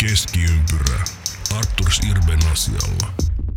Keskiympyrä. Artturs Irben asialla.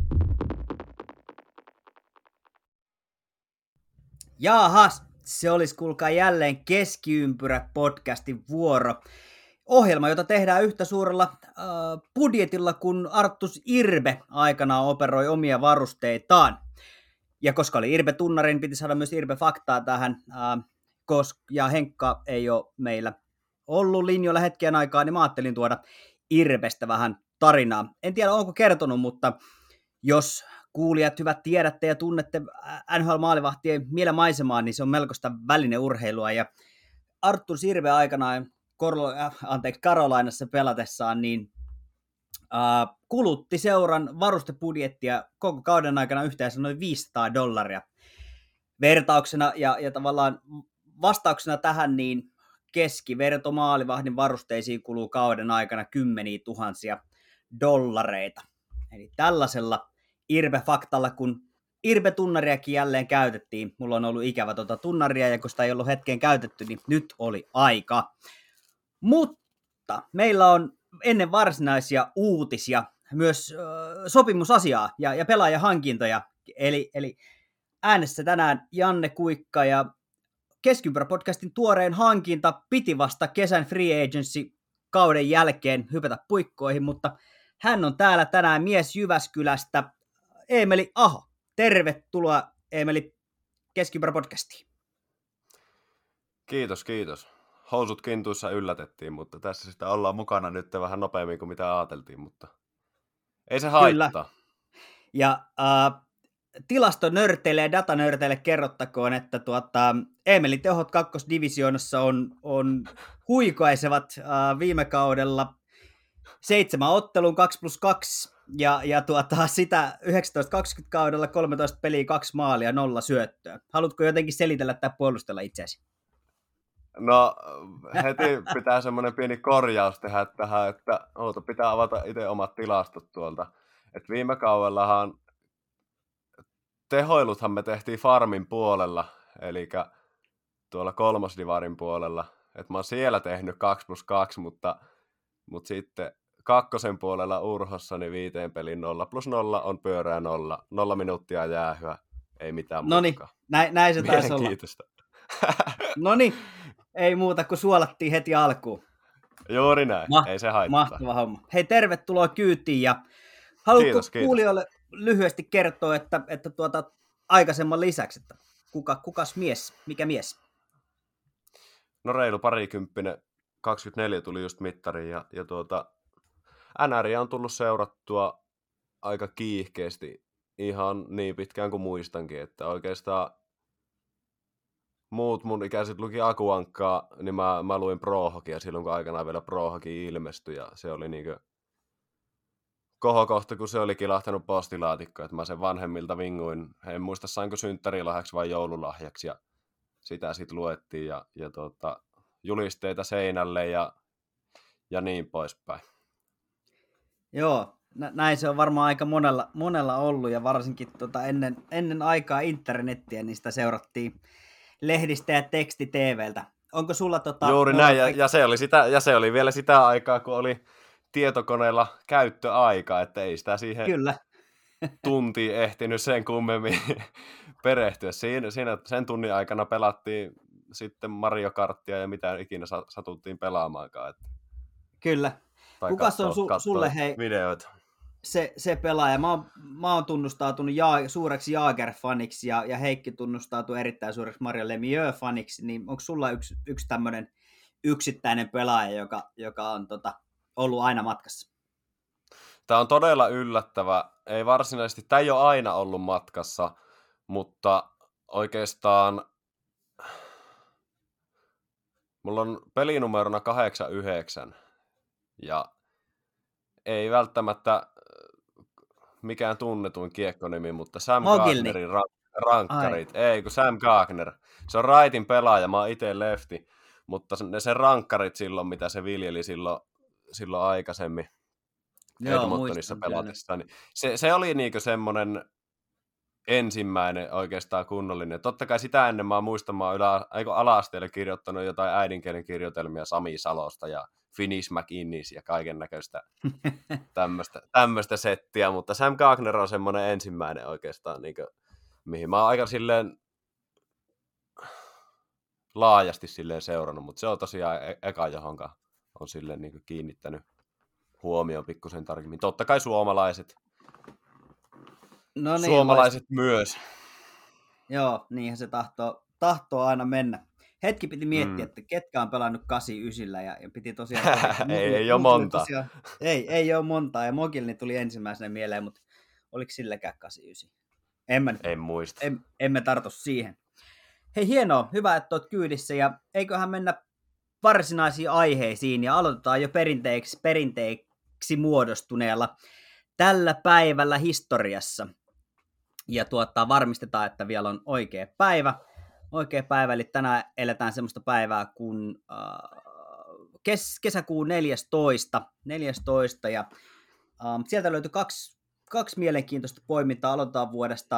Jaahas, se olisi kuulkaa jälleen Keskiympyrä-podcastin vuoro. Ohjelma, jota tehdään yhtä suurella budjetilla, kun Artturs Irbe aikanaan operoi omia varusteitaan. Ja koska oli Irbe-tunnari, niin piti saada myös Irbe-faktaa tähän. Ja Henkka ei ole meillä ollut linjoilla hetken aikaa, niin mä ajattelin tuoda Irbestä vähän tarinaa. En tiedä, onko kertonut, mutta jos kuulijat hyvät tiedätte ja tunnette NHL-maalivahtien mielenmaisemaa, niin se on melkoista välineurheilua. Ja Artturs Irbe aikanaan Carolinassa pelatessaan, niin kulutti seuran varustebudjettia koko kauden aikana yhteensä noin $500. Vertauksena ja tavallaan vastauksena tähän, niin keskivertomaalivahdin varusteisiin kuluu kauden aikana $10,000. Eli tällaisella Irbe-faktalla, kun Irbe-tunnariakin jälleen käytettiin, mulla on ollut ikävä tunnaria, ja kun sitä ei ollut hetkeen käytetty, niin nyt oli aika. Mutta meillä on ennen varsinaisia uutisia myös sopimusasiaa ja pelaajahankintoja. Eli äänessä tänään Janne Kuikka, ja Keskiympyrä-podcastin tuoreen hankinta piti vasta kesän free agency kauden jälkeen hypätä puikkoihin, mutta hän on täällä tänään, mies Jyväskylästä, Eemeli Aho. Tervetuloa, Eemeli, Keskiympyrä-podcastiin. Kiitos. Housut kintuissa yllätettiin, mutta tässä sitä ollaan mukana nyt vähän nopeammin kuin mitä ajateltiin, mutta ei se haittaa. Kyllä. Ja tilastonörteille ja datanörteille kerrottakoon, että Eemelin tehot kakkosdivisioonassa on huikaisevat viime kaudella 7 ottelun 2+2 ja sitä 19-20 kaudella 13 peliä, 2 maalia, 0 syöttöä. Haluatko jotenkin selitellä tai puolustella itseäsi? No heti pitää semmoinen pieni korjaus tehdä tähän, että pitää avata itse omat tilastot tuolta. Et viime kaudellahan tehoiluthan me tehtiin farmin puolella, eli tuolla kolmosdivarin puolella. Et mä oon siellä tehnyt 2+2, mutta sitten kakkosen puolella Urhossa niin 5 pelin 0+0 on pyörää 0. 0 minuuttia jäähyä, ei mitään muuta. Noniin, näin se taisi olla. Mielenkiintoista. Noniin, ei muuta kuin suolattiin heti alkuun. Juuri näin, ei se haittaa. Mahtava homma. Hei, tervetuloa kyytiin, ja haluatko Kiitos. kuulijoille lyhyesti kertoa, että aikaisemman lisäksi, että kukas mies, mikä mies? No reilu parikymppinen, 24 tuli just mittariin, ja NRiä on tullut seurattua aika kiihkeästi ihan niin pitkään kuin muistankin, että oikeastaan muut mun ikäiset luki Akuankkaa, niin mä luin Pro Hockeya silloin, kun aikanaan vielä Pro Hockey ilmestyi, ja se oli niinkö kohokohta, kun se oli kilahtanut postilaatikkoon, että mä sen vanhemmilta vinguin, en muista sainko synttärilahjaksi vai joululahjaksi, ja sitä sitten luettiin, ja julisteita seinälle, ja niin poispäin. Joo, näin se on varmaan aika monella ollut, ja varsinkin ennen aikaa internettiä, niin sitä seurattiin lehdistä ja teksti-TVltä. Onko sulla Juuri näin, ja se oli vielä sitä aikaa, kun oli tietokoneella käyttöaika, että ei sitä siihen Kyllä. tuntiin ehtinyt sen kummemmin perehtyä. Siinä sen tunnin aikana pelattiin sitten Mario Karttia ja mitä ikinä satuttiin pelaamaankaan. Kyllä. Kukas on sulle videoita? Se pelaaja? Mä oon tunnustautunut suureksi Jaager-faniksi, ja Heikki tunnustautui erittäin suureksi Mario Lemieux-faniksi, niin onko sulla yksi tämmöinen yksittäinen pelaaja, joka on ollut aina matkassa? Tämä on todella yllättävä. Ei varsinaisesti, tämä ei ole aina ollut matkassa, mutta oikeastaan mulla on pelinumerona 89, ja ei välttämättä mikään tunnetuin kiekkonimi, mutta Sam Gagnerin rankkarit. Ei, kun Sam Gagner. Se on rightin pelaaja, mä oon itse lefti, mutta sen rankkarit silloin, mitä se viljeli silloin aikaisemmin Edmontonissa pelatessa, niin se oli niinku semmoinen ensimmäinen oikeastaan kunnollinen. Totta kai sitä ennen mä muistan, mä oon ala-asteella kirjoittanut jotain äidinkielen kirjoitelmia Sami Salosta ja Finnish McInnes ja kaiken näköistä tämmöistä settiä, mutta Sam Gagner on semmoinen ensimmäinen oikeastaan, niin kuin, mihin mä oon aika silleen laajasti silleen seurannut, mutta se on tosiaan eka, johonka on silleen niin kuin kiinnittänyt huomioon pikkusen tarkemmin. Totta kai suomalaiset. No niin, suomalaiset myös. Joo, niinhän se tahtoo aina mennä. Hetki piti miettiä, että ketkä on pelannut 89 ja piti tosiaan... ei ole monta. Ei ole montaa, ja Mogilni tuli ensimmäisenä mieleen, mutta oliko silläkään 89? En muista. Emme tartu siihen. Hei, hienoa, hyvä, että olet kyydissä, ja eiköhän mennä varsinaisiin aiheisiin, ja aloitetaan jo perinteeksi muodostuneella tällä päivällä historiassa. Ja varmistetaan, että vielä on oikea päivä, eli tänään eletään semmoista päivää kuin kesäkuun 14, ja sieltä löytyi kaksi mielenkiintoista poimintaa. Aloitetaan vuodesta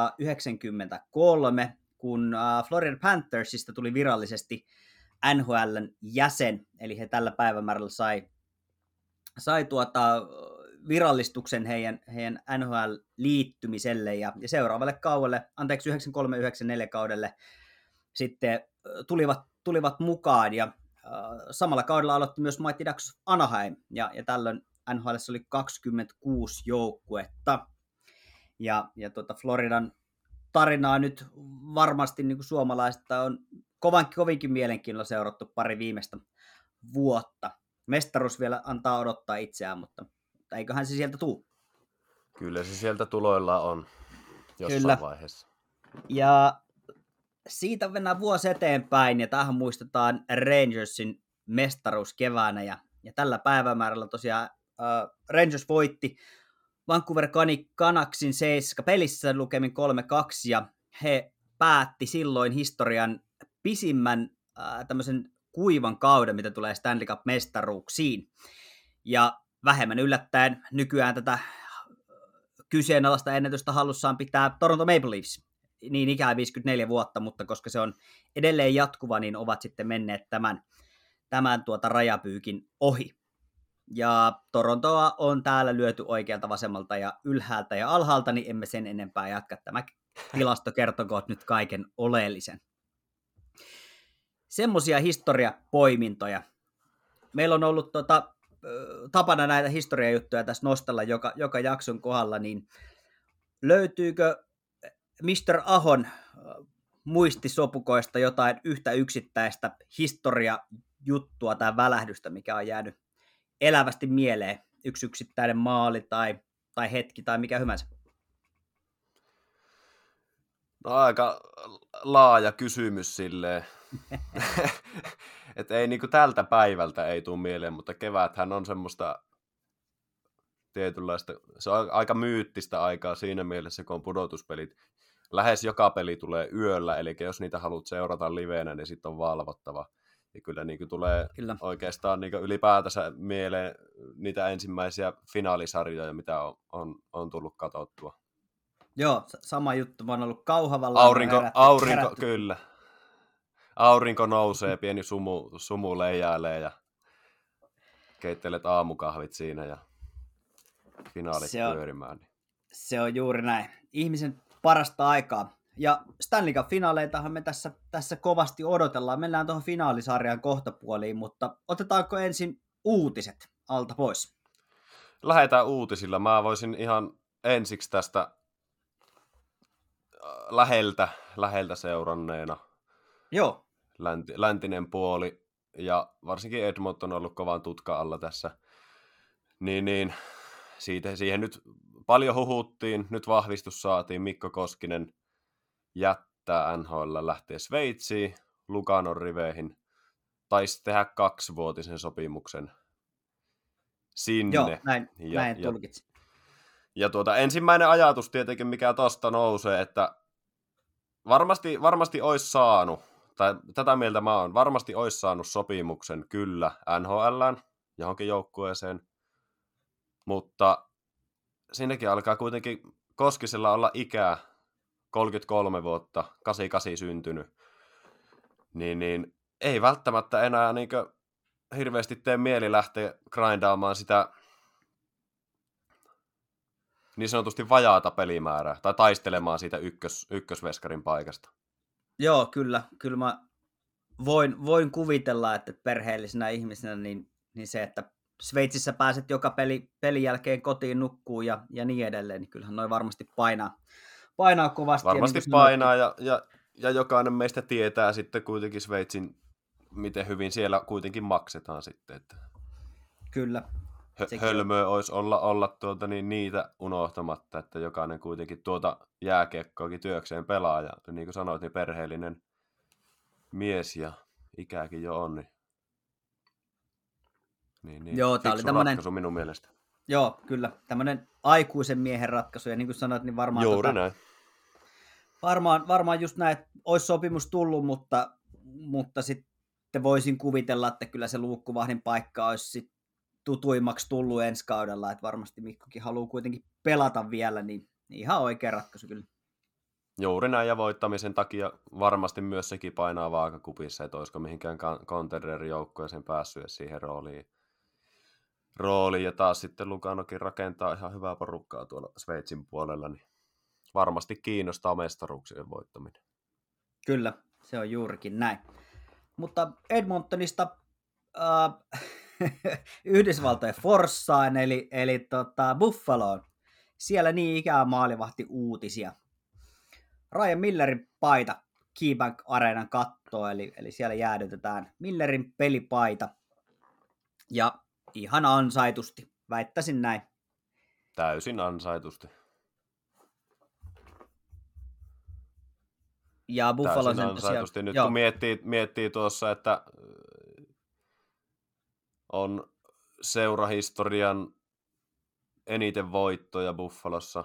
1993, kun Florida Panthersista tuli virallisesti NHL:n jäsen, eli he tällä päivämäärällä sai virallistuksen heidän NHL-liittymiselle ja seuraavalle kaudelle, 93-94 kaudelle, sitten tulivat mukaan, ja samalla kaudella aloitti myös Mighty Ducks Anaheim, ja tällöin NHL:ssä oli 26 joukkuetta, ja Floridan tarinaa nyt varmasti niin kuin suomalaista on kovinkin mielenkiinnolla seurattu pari viimeistä vuotta. Mestaruus vielä antaa odottaa itseään, mutta eiköhän se sieltä tule. Kyllä se sieltä tuloilla on jossain vaiheessa. Ja siitä mennään vuosi eteenpäin, ja tähän muistetaan Rangersin mestaruus keväänä, ja tällä päivämäärällä tosiaan Rangers voitti Vancouver Canucksin 7 pelissä lukemin 3-2, ja he päätti silloin historian pisimmän tämmöisen kuivan kauden, mitä tulee Stanley Cup-mestaruuksiin. Ja vähemmän yllättäen nykyään tätä kyseenalaista ennätystä hallussaan pitää Toronto Maple Leafs. Niin ikään 54 vuotta, mutta koska se on edelleen jatkuva, niin ovat sitten menneet tämän rajapyykin ohi. Ja Torontoa on täällä lyöty oikealta, vasemmalta ja ylhäältä ja alhaalta, niin emme sen enempää jatka. Tämä tilasto kertokoot nyt kaiken oleellisen. Semmoisia historiapoimintoja. Meillä on ollut tapana näitä historiajuttuja tässä nostella joka jakson kohdalla, niin löytyykö Mr. Ahon muistisopukoista jotain yhtä yksittäistä historiajuttua tai välähdystä, mikä on jäänyt elävästi mieleen? Yksi yksittäinen maali tai hetki tai mikä hyvänsä? No aika laaja kysymys silleen. Että ei niinku tältä päivältä ei tule mieleen, mutta keväthän on semmoista tietynlaista, se on aika myyttistä aikaa siinä mielessä, kun on pudotuspelit. Lähes joka peli tulee yöllä, eli jos niitä haluat seurata livenä, niin sitten on valvottava. Ja kyllä niin tulee oikeastaan niin ylipäätänsä mieleen niitä ensimmäisiä finaalisarjoja, mitä on tullut katsottua. Joo, sama juttu. Mä oon ollut Kauhavalla. Aurinko, kyllä. Aurinko nousee, pieni sumu leijailee ja keittelet aamukahvit siinä ja finaalit pyörimään. Se on juuri näin. Ihmisen parasta aikaa. Ja Stanley Cup-finaaleitahan me tässä kovasti odotellaan. Mennään tuohon finaalisarjan kohtapuoliin, mutta otetaanko ensin uutiset alta pois? Lähdetään uutisilla. Mä voisin ihan ensiksi tästä läheltä seuranneena. Joo. Läntinen puoli ja varsinkin Edmonton on ollut kovan tutkan alla tässä. Niin siihen nyt paljon huhuttiin. Nyt vahvistus saatiin. Mikko Koskinen jättää NHL, lähtee Sveitsiin, Luganon riveihin, taisi tehdä 2-vuotisen sopimuksen sinne. Joo, näin tulkitsin. Ja ensimmäinen ajatus tietenkin, mikä tuosta nousee, että varmasti olisi saanut, tai tätä mieltä mä oon, varmasti olisi saanut sopimuksen kyllä NHL:ään, johonkin joukkueeseen, mutta siinäkin alkaa kuitenkin Koskisella olla ikää 33 vuotta, 88 syntynyt, niin ei välttämättä enää niinkö hirveästi tee mieli lähteä grindaamaan sitä niin sanotusti vajaata pelimäärää, tai taistelemaan siitä ykkösveskarin paikasta. Joo, kyllä mä voin kuvitella, että perheellisenä ihmisenä niin se, että Sveitsissä pääset joka pelin jälkeen kotiin nukkuu ja niin edelleen, niin kyllähän noi varmasti painaa kovasti. Varmasti niin painaa, ja jokainen meistä tietää sitten kuitenkin Sveitsin, miten hyvin siellä kuitenkin maksetaan sitten. Että kyllä. Hölmöä olisi olla niitä unohtamatta, että jokainen kuitenkin jääkiekkoakin työkseen pelaa, ja niin kuin sanoit, niin perheellinen mies ja ikääkin jo on, niin joo, tämä oli tämmöinen ratkaisu minun mielestä. Joo, kyllä. Tämmöinen aikuisen miehen ratkaisu, ja niin kuin sanoit, niin varmaan juuri näin. Varmaan just näin, että olisi sopimus tullut, mutta sitten voisin kuvitella, että kyllä se luukkuvahdin paikka olisi sit tutuimmaksi tullut ensi kaudella, että varmasti Mikkokin haluaa kuitenkin pelata vielä, niin ihan oikea ratkaisu kyllä. Juuri näin, ja voittamisen takia varmasti myös sekin painaa vaakakupissa, että olisiko mihinkään contender-joukkoeseen päässyt siihen rooliin, ja taas sitten Luganokin rakentaa ihan hyvää porukkaa tuolla Sveitsin puolella, niin varmasti kiinnostaa mestaruuksien voittaminen. Kyllä, se on juurikin näin. Mutta Edmontonista Yhdysvaltojen Forssaan, eli Buffaloon. Siellä niin ikään maalivahti uutisia. Ryan Millerin paita KeyBank Areenan kattoon, eli siellä jäädytetään Millerin pelipaita. Ja ihan ansaitusti, väittäisin näin. Täysin ansaitusti. Ja Buffalo sen ansaitusti. Nyt kun miettii tuossa, että on seurahistorian eniten voittoja Buffalossa,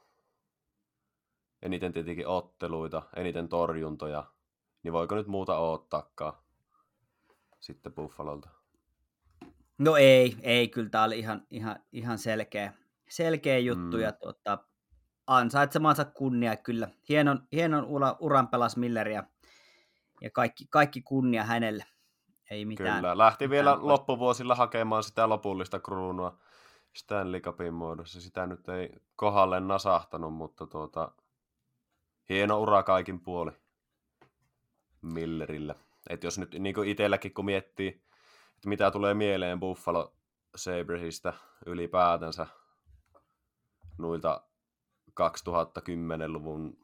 eniten tietenkin otteluita, eniten torjuntoja, niin voiko nyt muuta odottaakaan sitten Buffalolta? No ei, kyllä tämä oli ihan selkeä juttu, ja ansaitsemansa kunnia kyllä. Hienon uran pelasi Miller, ja kaikki kunnia hänelle. Ei mitään. Kyllä, lähti vielä loppuvuosilla hakemaan sitä lopullista kruunua Stanley Cupin muodossa. Sitä nyt ei kohdalle nasahtanut, mutta hieno ura kaikin puoli Millerillä. Et jos nyt niin kuin itselläkin kun miettii, että mitä tulee mieleen Buffalo Sabresista ylipäätänsä noilta 2010-luvun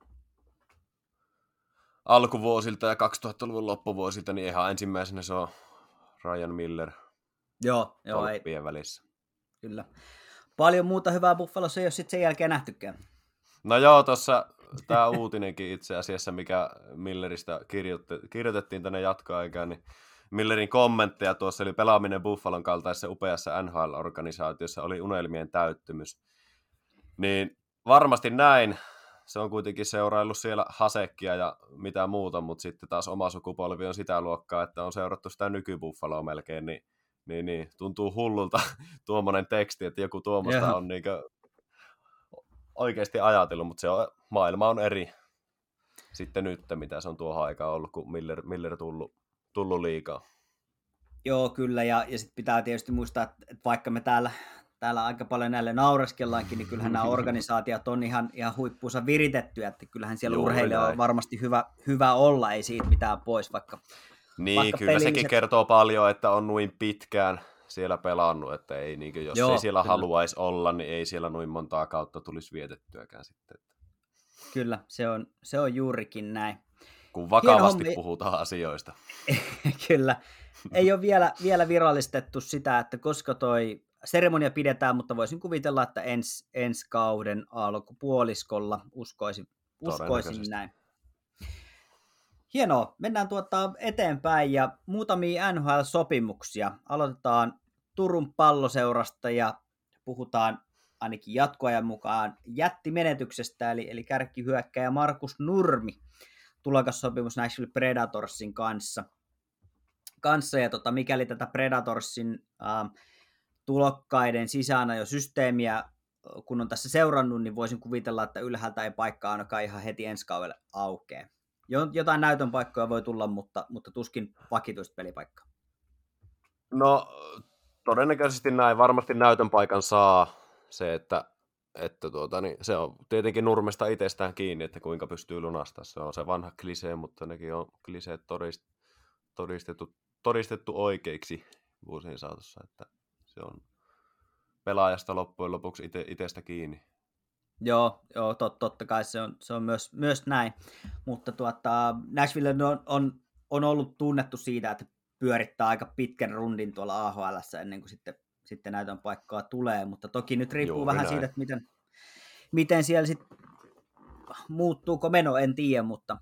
alkuvuosilta ja 2000-luvun loppuvuosilta, niin ihan ensimmäisenä se on Ryan Miller. Joo, tolppien välissä. Kyllä. Paljon muuta hyvää Buffalossa ei ole sitten sen jälkeen nähtykään. No joo, tuossa tämä uutinenkin itse asiassa, mikä Milleristä kirjoitettiin tänne jatkoaikaan, niin Millerin kommentteja tuossa, eli pelaaminen Buffalon kaltaisessa upeassa NHL-organisaatiossa oli unelmien täyttymys. Niin varmasti näin. Se on kuitenkin seuraillut siellä Hasekkia ja mitä muuta, mutta sitten taas oma sukupolvi on sitä luokkaa, että on seurattu sitä nykybuffaloa melkein, niin tuntuu hullulta tuommoinen teksti, että joku tuommoista on niinkö oikeasti ajatellut, mutta maailma on eri sitten nyt, mitä se on tuohon aikaan ollut, kun Miller tullut liikaa. Joo, kyllä, ja sitten pitää tietysti muistaa, että vaikka me täällä aika paljon näille naureskellaankin, niin kyllähän nämä organisaatiot on ihan huippuunsa viritettyä, että kyllähän siellä urheilijoilla on varmasti hyvä olla, ei siitä mitään pois, vaikka kyllä pelilliset... sekin kertoo paljon, että on noin pitkään siellä pelannut, että ei, niin kuin, jos ei siellä kyllä haluaisi olla, niin ei siellä noin montaa kautta tulisi vietettyäkään sitten. Kyllä, se on juurikin näin. Kun vakavasti puhutaan asioista. Kyllä. Ei ole vielä virallistettu sitä, että koska toi seremonia pidetään, mutta voisin kuvitella, että ensi kauden alkupuoliskolla uskoisin näin. Hienoa. Mennään eteenpäin ja muutamia NHL-sopimuksia. Aloitetaan Turun Palloseurasta ja puhutaan ainakin jatkoajan mukaan jättimenetyksestä, eli kärkihyökkäjä Markus Nurmi. Tulokassopimus Nashville Predatorsin kanssa ja mikäli tätä Predatorsin tulokkaiden sisäänajosysteemiä kun on tässä seurannut, niin voisin kuvitella, että ylhäältä ei paikkaa ainakaan ihan heti ensi kaudelle aukee. Jotain näytön paikkoja voi tulla, mutta tuskin vakituista pelipaikkaa. No, todennäköisesti näin. Varmasti näytön paikan saa se, että niin se on tietenkin Nurmesta itsestään kiinni, että kuinka pystyy lunastamaan. Se on se vanha klisee, mutta nekin on kliseet todistettu oikeiksi vuosien saatossa, että se on pelaajasta loppujen lopuksi itsestä kiinni. Joo, totta kai se on myös näin, mutta Nashville on ollut tunnettu siitä, että pyörittää aika pitkän rundin tuolla AHL:ssä ennen kuin sitten näytön paikkaa tulee, mutta toki nyt riippuu vähän siitä, että miten siellä sitten muuttuuko meno, en tiedä, mutta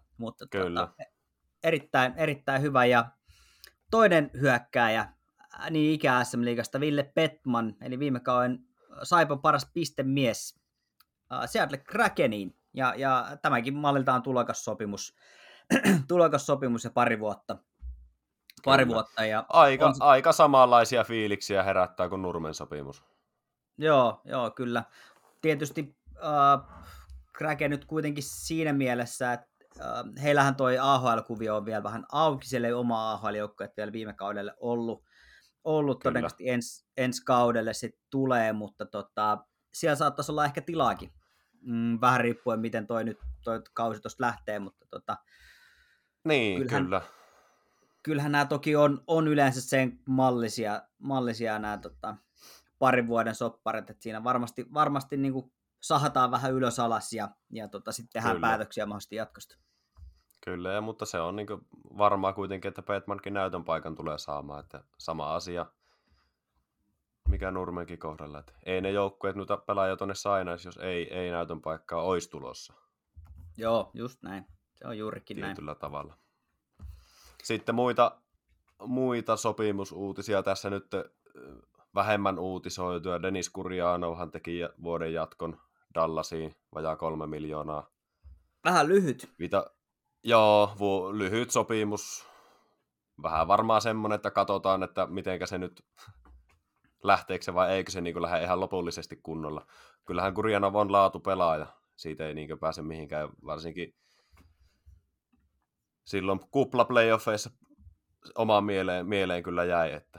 erittäin hyvä. Ja toinen hyökkääjä, niin ikä SM-liigasta, Ville Petman, eli viime kauden Saipan paras pistemies Seattle Krakeniin, ja tämäkin malliltaan tulokassopimus ja pari vuotta. Ja aika samanlaisia fiiliksiä herättää kuin Nurmen sopimus. Joo, kyllä. Tietysti Kraken nyt kuitenkin siinä mielessä, että heillähän toi AHL-kuvio on vielä vähän auki, siellä ei oma AHL-joukko, että vielä viime kaudelle ollut todennäköisesti ensi kaudelle se tulee, mutta siellä saattaisi olla ehkä tilaakin. Vähän riippuen, miten toi kausi tuosta lähtee, mutta niin, kyllähän nämä toki on yleensä sen mallisia nämä parin vuoden sopparit, että siinä varmasti niin kuin sahataan vähän ylös alas ja sitten tehdään päätöksiä mahdollisesti jatkosta. Kyllä, mutta se on niin kuin varmaa kuitenkin, että Petmankin näytön paikan tulee saamaan, että sama asia, mikä Nurmenkin kohdalla, että ei ne joukkueet noita pelaajia tuonne sainaisi, jos ei näytön paikkaa olisi tulossa. Joo, just näin. Se on juurikin näin. Tietyllä tavalla. Sitten muita sopimusuutisia tässä nyt vähemmän uutisoituja. Denis Gurianovhan teki vuoden jatkon Dallasiin, vajaa 3 miljoonaa. Vähän lyhyt. Joo, lyhyt sopimus. Vähän varmaan semmoinen, että katsotaan, että mitenkä se nyt lähteekö se vai eikö se niin lähde ihan lopullisesti kunnolla. Kyllähän Gurianov on laatupelaaja. Siitä ei niin pääse mihinkään, varsinkin silloin kupla-playoffeissa omaan mieleen kyllä jäi, että.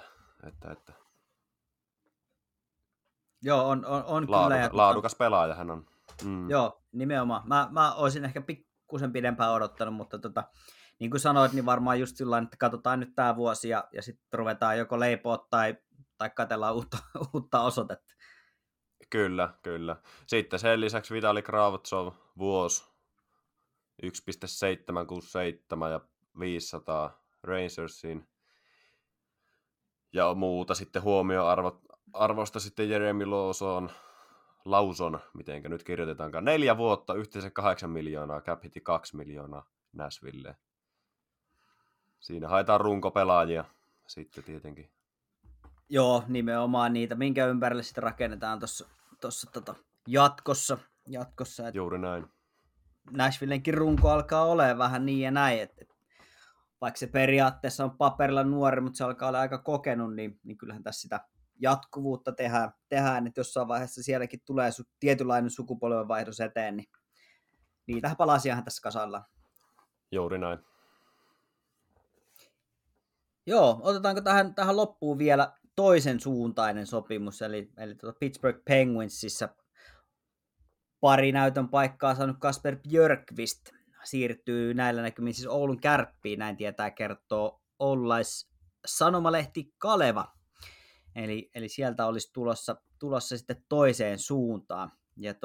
Joo, on kyllä. Laadukas pelaaja hän on. Joo, nimenomaan. Mä olisin ehkä pikkusen pidempään odottanut, mutta niin kuin sanoit, niin varmaan just sillain, että katsotaan nyt tämä vuosi ja sitten ruvetaan joko leipoa tai katsellaan uutta osoitetta. Kyllä. Sitten sen lisäksi Vitali Kravtsov vuosi 1,767 ja 500 Rangersiin. Ja muuta sitten huomioarvosta sitten Jeremy Lawson, mitenkä nyt kirjoitetaankaan. 4 vuotta, yhteensä 8 miljoonaa, cap hiti 2 miljoonaa Nashvilleen. Siinä haetaan runkopelaajia sitten tietenkin. Joo, nimenomaan niitä, minkä ympärille sitten rakennetaan tuossa jatkossa. Juuri näin. Nashvillenkin runko alkaa olemaan vähän niin ja näin, että vaikka se periaatteessa on paperilla nuori, mutta se alkaa olla aika kokenut, niin kyllähän tässä sitä jatkuvuutta tehdään, että jossain vaiheessa sielläkin tulee tietynlainen sukupolvenvaihdos eteen, niin niitähän palasiahan tässä kasallaan. Juuri näin. Joo, otetaanko tähän loppuun vielä toisen suuntainen sopimus, eli Pittsburgh Penguinsissa pari näytön paikkaa saanut Kasper Björkqvist siirtyy näillä näkymin siis Oulun Kärppiin, näin tietää kertoo oululais-sanomalehti Kaleva. Eli sieltä olisi tulossa sitten toiseen suuntaan. Ja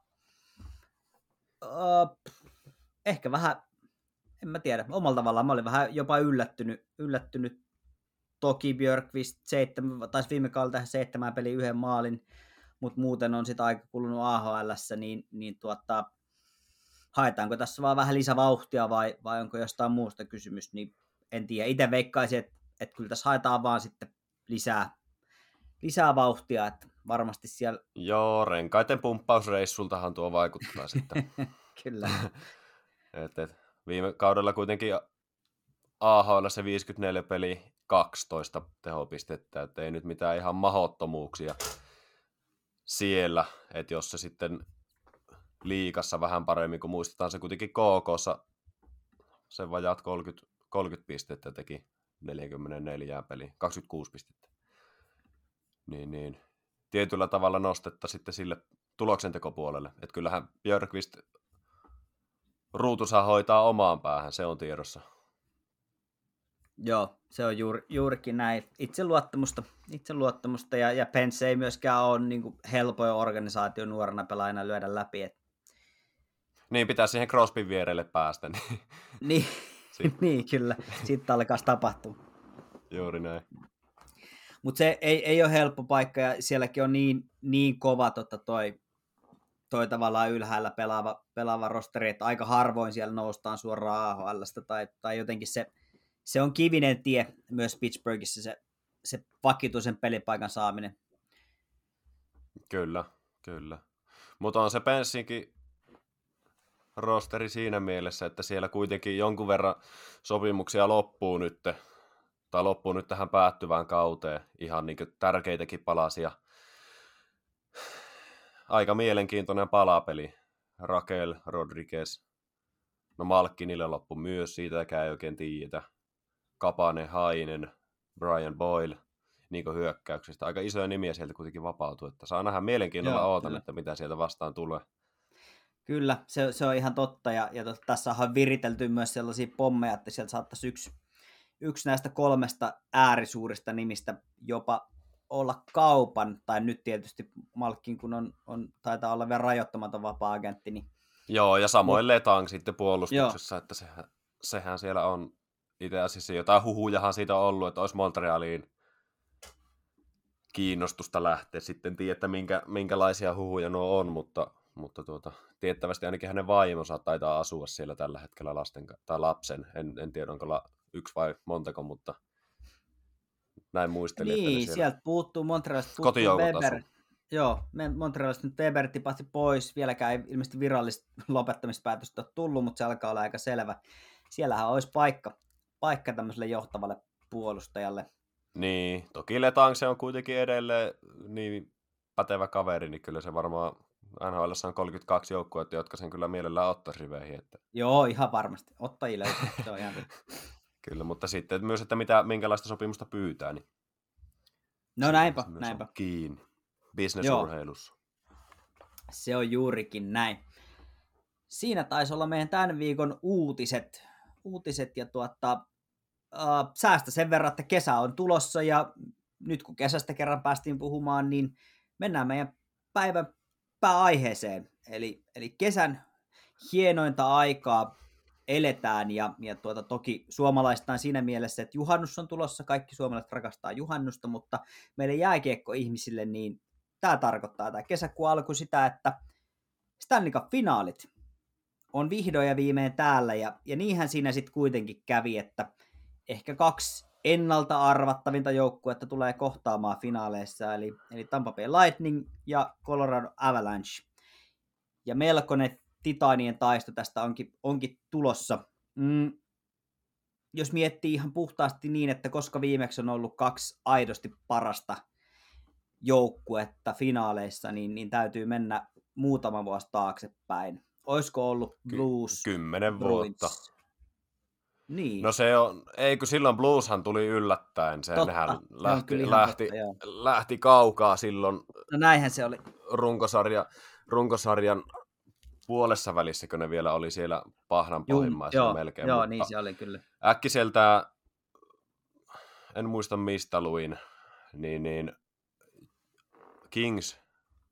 ehkä vähän, en mä tiedä, omalla tavallaan mä olin vähän jopa yllättynyt. Toki Björkqvist taisi viime kaudella 7 peliä 1 maalin, mutta muuten on sitä aika kulunut AHL:ssä, niin haetaanko tässä vaan vähän lisävauhtia vai onko jostain muusta kysymys, niin en tiedä. Itse veikkaisin, että kyllä tässä haetaan vaan sitten lisää vauhtia, että varmasti siellä. Joo, renkaiden pumppausreissultahan tuo vaikuttaa sitten. Kyllä. Viime kaudella kuitenkin AHL se 54 peli 12 tehopistettä, että ei nyt mitään ihan mahdottomuuksia siellä, että jos se sitten liigassa vähän paremmin, kun muistetaan se kuitenkin KK:ssa sen vajaat 30 pistettä teki 44 peliä, 26 pistettä. Niin, tietyllä tavalla nostetta sitten sille tuloksentekopuolelle. Että kyllähän Björkqvist ruutunsa hoitaa omaan päähän, se on tiedossa. Joo, se on juurikin näin. Itseluottamusta ja Pence ei myöskään ole niin kuin helpoin organisaatio nuorena pelaajana lyödä läpi. Niin, pitää siihen Crosbyn vierelle päästä. Niin, kyllä. Sitten alkaa tapahtua. Juuri näin. Mutta se ei ole helppo paikka, ja sielläkin on niin kova toi tavallaan ylhäällä pelaava rosteri, että aika harvoin siellä noustaan suoraan AHL:stä, tai jotenkin se on kivinen tie myös Pittsburghissa, se vakituisen pelipaikan saaminen. Kyllä. Mutta on se Pensinkin rosteri siinä mielessä, että siellä kuitenkin jonkun verran sopimuksia loppuu nyt tähän päättyvään kauteen. Ihan niin kuin tärkeitäkin palasia. Aika mielenkiintoinen palapeli. Raquel, Rodriguez. No Malkkinille loppu myös, siitäkään ei oikein tiedetä. Kapanen, Hainen, Brian Boyle, niin kuin hyökkäyksistä. Aika isoja nimiä sieltä kuitenkin vapautuu. Että saa nähdä mielenkiinnolla ootan, että mitä sieltä vastaan tulee. Kyllä, se on ihan totta. Ja tässä on viritelty myös sellaisia pommeja, että sieltä saattaisi yksi näistä 3 äärisuurista nimistä jopa olla kaupan, tai nyt tietysti Malkkin, kun on taitaa olla vielä rajoittamaton vapaa-agentti. Niin... Joo, ja samoin Letang sitten puolustuksessa, joo. Että sehän siellä on itse asiassa jotain huhujahan siitä on ollut, että olisi Montrealiin kiinnostusta lähteä. Sitten tiedä, että minkälaisia huhuja nuo on, mutta tiettävästi ainakin hänen vaimonsa taitaa asua siellä tällä hetkellä lapsen. En tiedä, onko 1 vai montako, mutta näin muistelin. Niin, että sieltä puuttuu Montrealista Weber. Joo, Montrealista nyt Weber tipahti pois. Vieläkään ei ilmeisesti virallista lopettamispäätöstä ole tullut, mutta se alkaa olla aika selvä. Siellähän olisi paikka tämmöiselle johtavalle puolustajalle. Niin, toki Letang se on kuitenkin edelleen niin pätevä kaveri, niin kyllä se varmaan NHL:ssä on 32 joukkuetta, jotka sen kyllä mielellään ottaisi riveihin. Että... Joo, ihan varmasti. Ottajille se on ihan Kyllä, mutta sitten myös, että minkälaista sopimusta pyytää. Niin no näinpä. Kiinni. Business-urheilussa. Se on juurikin näin. Siinä taisi olla meidän tämän viikon uutiset ja säästä sen verran, että kesä on tulossa ja nyt kun kesästä kerran päästiin puhumaan, niin mennään meidän päivän pääaiheeseen. Eli kesän hienointa aikaa eletään ja toki suomalaistaan siinä mielessä, että juhannus on tulossa, kaikki suomalaiset rakastaa juhannusta, mutta meidän jääkiekko-ihmisille niin tämä tarkoittaa tämä kesäkuun alku sitä, että Stanley Cup-finaalit on vihdoin ja viimein täällä ja niinhän siinä sitten kuitenkin kävi, että ehkä 2 ennalta arvattavinta joukkuetta tulee kohtaamaan finaaleissa, eli Tampa Bay Lightning ja Colorado Avalanche. Ja melkoinen titaanien taisto tästä onkin tulossa. Jos miettii ihan puhtaasti niin, että koska viimeksi on ollut 2 aidosti parasta joukkuetta finaaleissa, niin täytyy mennä muutama vuosi taaksepäin. Olisiko ollut Blues? 10 vuotta. Niin. No se on, kun silloin Blueshan tuli yllättäen, sehän lähti kaukaa silloin. No näinhän se oli. Runkosarjan puolessa välissä, kun ne vielä oli siellä pahnan pohjimmaisella melkein. Joo, niin se oli kyllä. Äkkiseltään, en muista mistä luin, niin Kings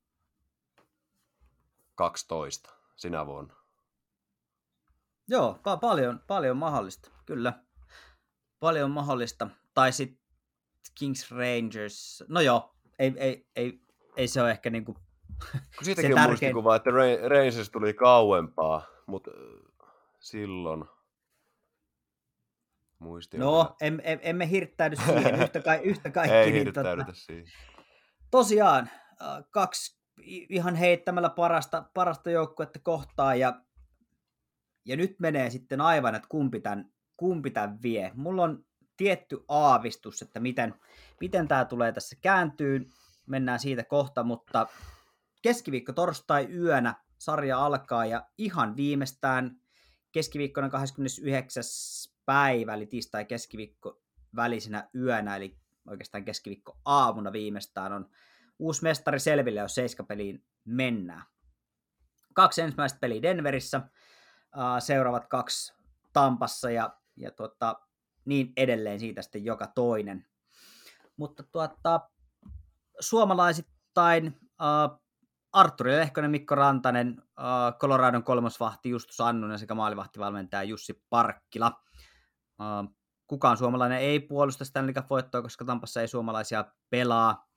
12 sinä vuonna. Joo, paljon mahdollista, kyllä. Paljon mahdollista. Tai sitten Kings Rangers. No joo, ei se ole ehkä niinku siitäkin on muistikuva, että Rangers tuli kauempaa, mutta silloin muistin. No, emme hirttäydy siihen yhtä kaikki. Ei hirttäydytä siihen. Tosiaan, 2 ihan heittämällä parasta joukkuetta kohtaa ja nyt menee sitten aivan, että kumpi tämän vie. Mulla on tietty aavistus, että miten tämä tulee tässä kääntyy. Mennään siitä kohta, mutta keskiviikko torstai yönä sarja alkaa ja ihan viimeistään keskiviikkona 29. päivä, eli tiistai keskiviikko välisenä yönä, eli oikeastaan keskiviikko aamuna viimeistään on uusi mestari selville, jos 7 peliin mennään. 2 ensimmäistä peliä Denverissä, seuraavat 2 Tampassa ja niin edelleen siitä sitten joka toinen. Mutta suomalaisittain Artturi Lehkonen, Mikko Rantanen, Coloradon kolmosvahti Justus Annunen sekä maalivahtivalmentaja Jussi Parkkila. Kukaan suomalainen ei puolusta Stanley Cup-voittoa, koska Tampassa ei suomalaisia pelaa.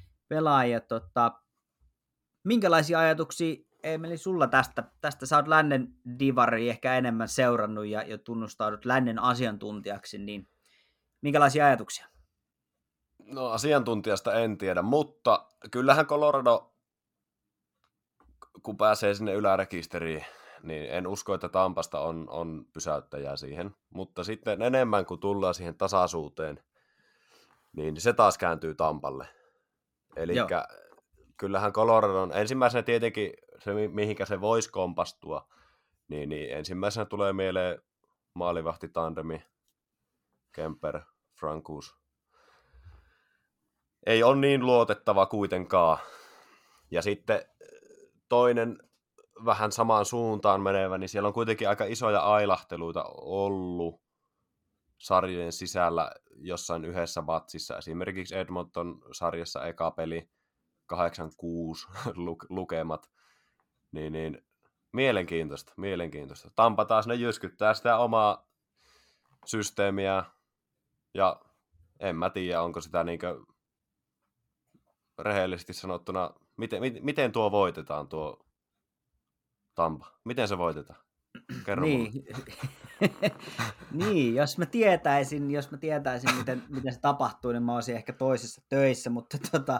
Minkälaisia ajatuksia, Eemeli, sulla tästä? Sä oot lännen divari ehkä enemmän seurannut ja tunnustaudut lännen asiantuntijaksi, niin minkälaisia ajatuksia? No asiantuntijasta en tiedä, mutta kyllähän Colorado, kun pääsee sinne ylärekisteriin, niin en usko, että Tampasta on pysäyttäjää siihen. Mutta sitten enemmän kuin tullaan siihen tasaisuuteen, niin se taas kääntyy Tampalle. Eli kyllähän Coloradon ensimmäisenä tietenkin se, mihinkä se voisi kompastua, niin ensimmäisenä tulee mieleen maalivahtitandemi, Kemper, Francouz. Ei ole niin luotettava kuitenkaan. Ja sitten toinen vähän samaan suuntaan menevä, niin siellä on kuitenkin aika isoja ailahteluita ollut sarjojen sisällä jossain yhdessä matsissa. Esimerkiksi Edmonton-sarjassa eka peli 8-6 lukemat. Niin mielenkiintoista. Tampa taas ne jyskyttää sitä omaa systeemiä ja en mä tiedä, onko sitä niinkö rehellisesti sanottuna, miten tuo voitetaan tuo Tampa? Miten se voitetaan? Kerro niin, jos mä tietäisin, miten se tapahtuu, niin mä olisin ehkä toisessa töissä, mutta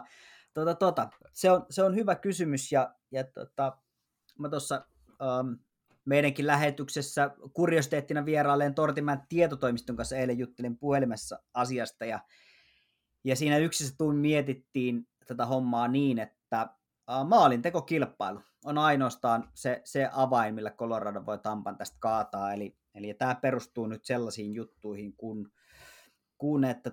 se on hyvä kysymys ja mä tuossa meidänkin lähetyksessä kuriositeettina vierailleen Tortimäen tietotoimiston kanssa eilen juttelin puhelimessa asiasta ja siinä yksissä tuumin mietittiin tätä hommaa niin, että maalintekokilpailu on ainoastaan se avain, millä Colorado voi Tampan tästä kaataa, eli tämä perustuu nyt sellaisiin juttuihin, kun että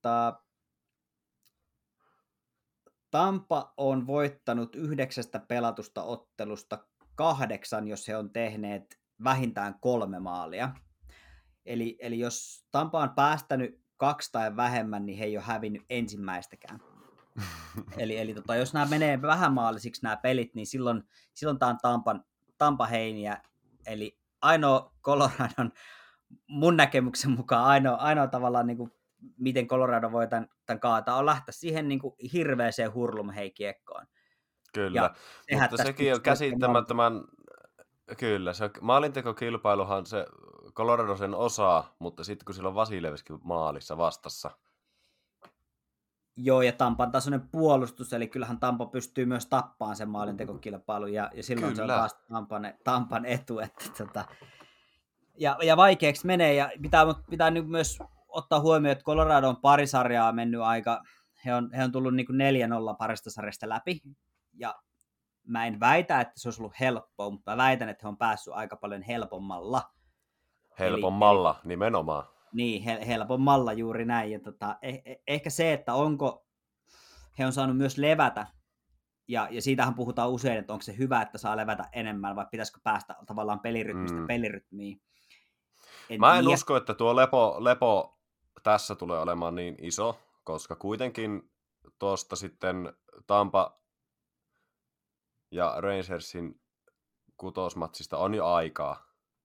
Tampa on voittanut 9 pelatusta ottelusta 8, jos he on tehneet vähintään 3 maalia. Eli jos Tampa on päästänyt 2 tai vähemmän, niin he ei ole hävinnyt ensimmäistäkään. Eli jos nämä menee vähän maalisiksi nämä pelit, niin silloin tämä on Tampa heiniä. Eli ainoa Coloradon, mun näkemyksen mukaan ainoa tavallaan, niin kuin, miten Colorado voi tämän kaataa, on lähteä siihen niin kuin hirveäseen hurlumheikiekkoon. Kyllä, mutta sekin on käsittämättömän, kyllä, se maalintekokilpailuhan se Colorado sen osaa, mutta sitten kun sillä on Vasilevskin maalissa vastassa. Joo, ja Tampan tasoinen puolustus, eli kyllähän Tampa pystyy myös tappaamaan sen maalintekokilpailun, ja silloin kyllä. Se on taas Tampan etu. Että ja vaikeaksi menee, ja pitää nyt myös ottaa huomioon, että Colorado on pari sarjaa mennyt aika, he on tullut niin kuin 4-0 parista sarjasta läpi, ja mä en väitä, että se olisi ollut helppoa, mutta mä väitän, että he on päässyt aika paljon helpommalla. Helpommalla, nimenomaan. Niin, helpommalla juuri näin. Ja ehkä se, että onko he on saanut myös levätä, ja siitähän puhutaan usein, että onko se hyvä, että saa levätä enemmän, vai pitäisikö päästä tavallaan pelirytmistä pelirytmiin. Mä en usko, että tuo lepo tässä tulee olemaan niin iso, koska kuitenkin tuosta sitten Tampa ja Rangersin kutosmatsista on jo aikaa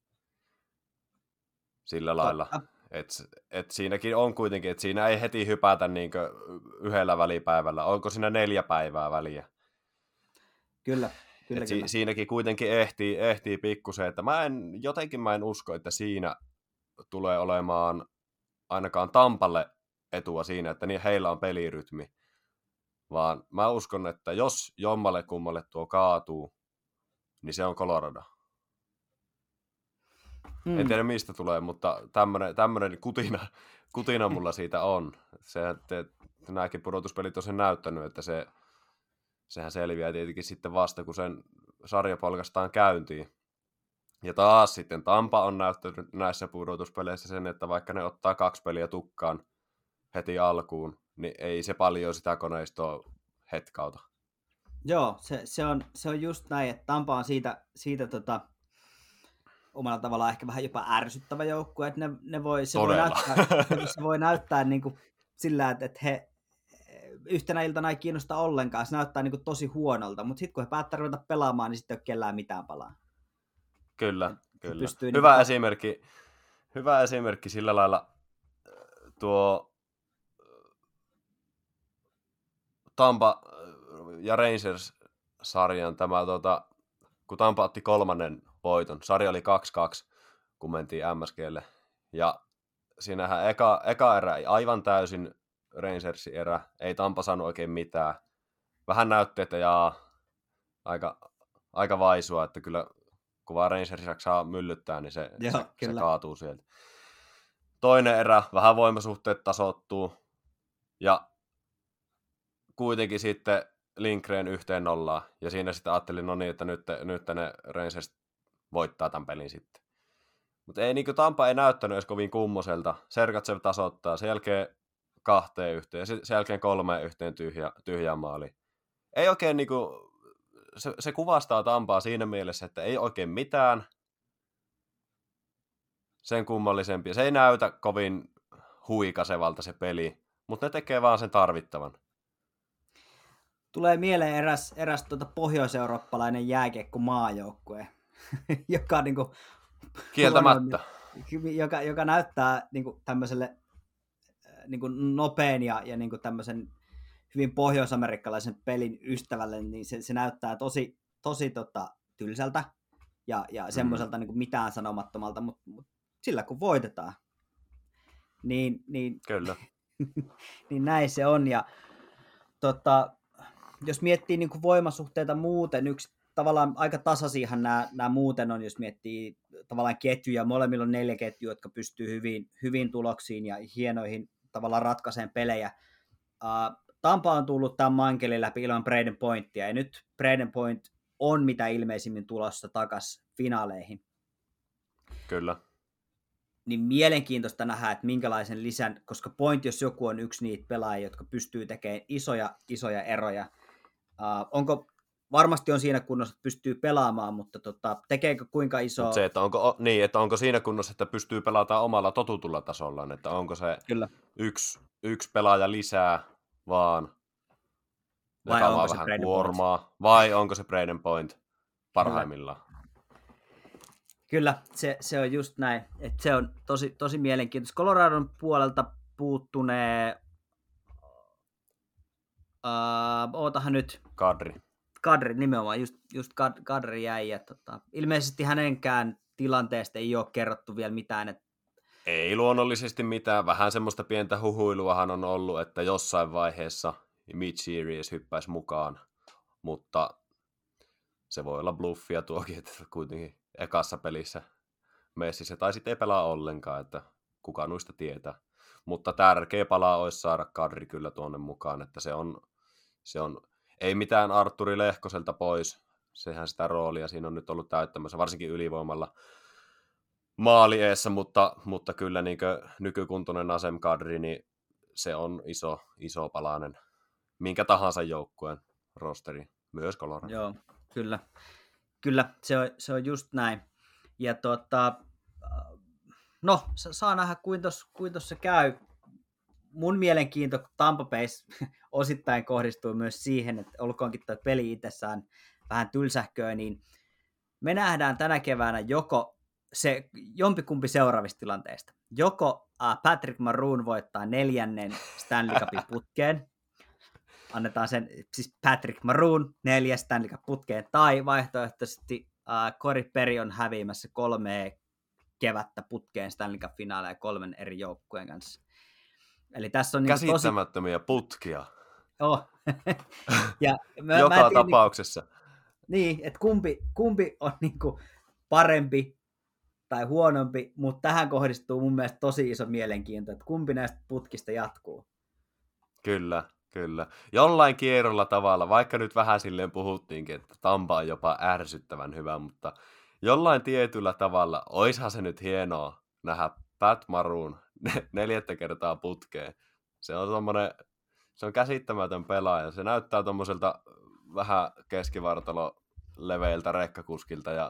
sillä lailla. Et siinäkin on kuitenkin, että siinä ei heti hypätä niinkö yhdellä välipäivällä. Onko siinä 4 päivää väliä? Kyllä. Siinäkin kuitenkin ehtii pikkusen, että mä en usko, että siinä tulee olemaan ainakaan Tampalle etua siinä, että niin heillä on pelirytmi. Vaan mä uskon, että jos jommalle kummalle tuo kaatuu, niin se on Colorado. En tiedä mistä tulee, mutta tämmöinen kutina mulla siitä on. Nämäkin pudotuspelit on sen näyttänyt, että sehän selviää tietenkin sitten vasta, kun sen sarja polkaistaan käyntiin. Ja taas sitten Tampa on näyttänyt näissä pudotuspeleissä sen, että vaikka ne ottaa 2 peliä tukkaan heti alkuun, niin ei se paljon sitä koneistoa hetkauta. Joo, se on just näin, että Tampa on siitä omalla tavallaan ehkä vähän jopa ärsyttävä joukkue, että se voi näyttää niin kuin sillä, että he yhtenä iltana ei kiinnosta ollenkaan, se näyttää niin kuin tosi huonolta, mutta sitten kun he päättää ruveta pelaamaan, niin sitten ei ole kellään mitään palaa. Kyllä. Hyvä esimerkki sillä lailla tuo Tampa ja Rangers-sarjan tämä, kun Tampa otti 3. voiton. Sarja oli 2-2, kun mentiin MSGlle. Ja siinähän eka erä ei aivan täysin Rangersin erä. Ei Tampa saanut oikein mitään. Vähän näytti, että aika vaisua, että kyllä kun vaan Rangers saa myllyttää, niin se kaatuu sieltä. Toinen erä, vähän voimasuhteet tasoittuu. Ja kuitenkin sitten Lindgren 1-0. Ja siinä sitten ajattelin, no niin, että nyt ne Rangers voittaa tämän pelin sitten. Mutta ei niin Tampa ei näyttänyt edes kovin kummoselta. Sergatsev tasoittaa, sen jälkeen 2-1 ja sen jälkeen 3-1 tyhjään maaliin. Ei oikein niin kuin, se kuvastaa Tampaa siinä mielessä, että ei oikein mitään sen kummallisempia. Se ei näytä kovin huikasevalta se peli, mutta ne tekee vaan sen tarvittavan. Tulee mieleen eräs pohjois-eurooppalainen jääkiekko-maajoukkue, joka niinku kieltämättä. Joka näyttää niinku tämmöiselle niinku nopean ja niinku tämmöisen hyvin pohjois-amerikkalaisen pelin ystävälle, niin se näyttää tosi tylsältä ja semmoiselta niinku mitään sanomattomalta, mutta sillä kun voitetaan, niin kyllä. niin näin se on. Ja jos miettii niin kuin voimasuhteita muuten, tavallaan aika tasaisiahan nämä muuten on, jos miettii tavallaan ketjuja. Molemmilla on 4 ketjua, jotka pystyy hyvin tuloksiin ja hienoihin tavallaan ratkaiseen pelejä. Tampa on tullut tämän mankelin läpi ilman Braden Pointia, ja nyt Braden Point on mitä ilmeisimmin tulossa takaisin finaaleihin. Kyllä. Niin mielenkiintoista nähdä, että minkälaisen lisän, koska Point, jos joku on yksi niitä pelaajia, jotka pystyy tekemään isoja eroja. Varmasti on siinä kunnossa, että pystyy pelaamaan, mutta tekeekö kuinka iso... Se, että onko siinä kunnossa, että pystyy pelaamaan omalla totutulla tasollaan, että onko se Kyllä. yksi pelaaja lisää vaan, vai joka onko vaan se vähän Braden kuormaa, Point? Vai onko se Braden Point parhaimmillaan? Kyllä, se on just näin. Että se on tosi mielenkiintoista. Coloradon puolelta puuttunee... ootahan nyt... Kadri nimenomaan, just Kadri jäi. Ja, ilmeisesti hänenkään tilanteesta ei ole kerrottu vielä mitään. Ei luonnollisesti mitään. Vähän semmoista pientä huhuiluahan on ollut, että jossain vaiheessa mid-series hyppäisi mukaan. Mutta se voi olla bluffia tuokin, että kuitenkin ekassa pelissä messissä tai sitten ei pelaa ollenkaan, että kuka noista tietää. Mutta tärkeä pala olisi saada Kadri kyllä tuonne mukaan, että se on ei mitään Artturi Lehkoselta pois. Sehän sitä roolia siinä on nyt ollut täyttämässä, varsinkin ylivoimalla maali eessä, mutta kyllä niin nykykuntoinen Asem Kadri, niin se on iso palanen minkä tahansa joukkueen rosteri, myös Colorado. Joo, kyllä se on just näin. Ja no, saa nähdä kuin tuossa käy. Mun mielenkiinto Tampa Bays osittain kohdistuu myös siihen, että olkoonkin tuo peli itsessään vähän tylsähköä, niin me nähdään tänä keväänä se jompikumpi seuraavista tilanteista. Joko Patrick Maroon voittaa 4. Stanley Cupin putkeen, annetaan sen, siis Patrick Maroon 4 Stanley Cup putkeen, tai vaihtoehtoisesti Corey Perry on häviämässä 3 kevättä putkeen Stanley Cup-finaaleja 3 eri joukkueen kanssa. Eli tässä on käsittämättömiä putkia. Oh. Ja joka tapauksessa. Niin, että kumpi on niinku parempi tai huonompi, mutta tähän kohdistuu mun mielestä tosi iso mielenkiinto, että kumpi näistä putkista jatkuu. Kyllä. Kyllä. Jollain kierrolla tavalla, vaikka nyt vähän silleen puhuttiinkin, että Tampa on jopa ärsyttävän hyvä, mutta jollain tietyllä tavalla, oishan se nyt hienoa nähdä Pat Maroon 4. kertaa putkeen. Se on käsittämätön pelaaja. Se näyttää tommoselta vähän keskivartaloleveiltä rekkakuskilta ja